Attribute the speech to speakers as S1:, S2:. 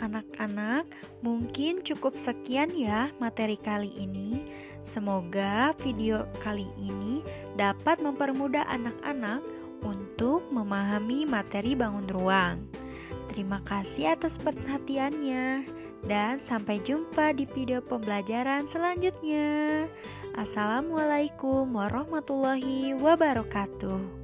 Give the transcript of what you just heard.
S1: Anak-anak, mungkin cukup sekian ya materi kali ini. Semoga video kali ini dapat mempermudah anak-anak untuk memahami materi bangun ruang. Terima kasih atas perhatiannya dan sampai jumpa di video pembelajaran selanjutnya. Assalamualaikum warahmatullahi wabarakatuh.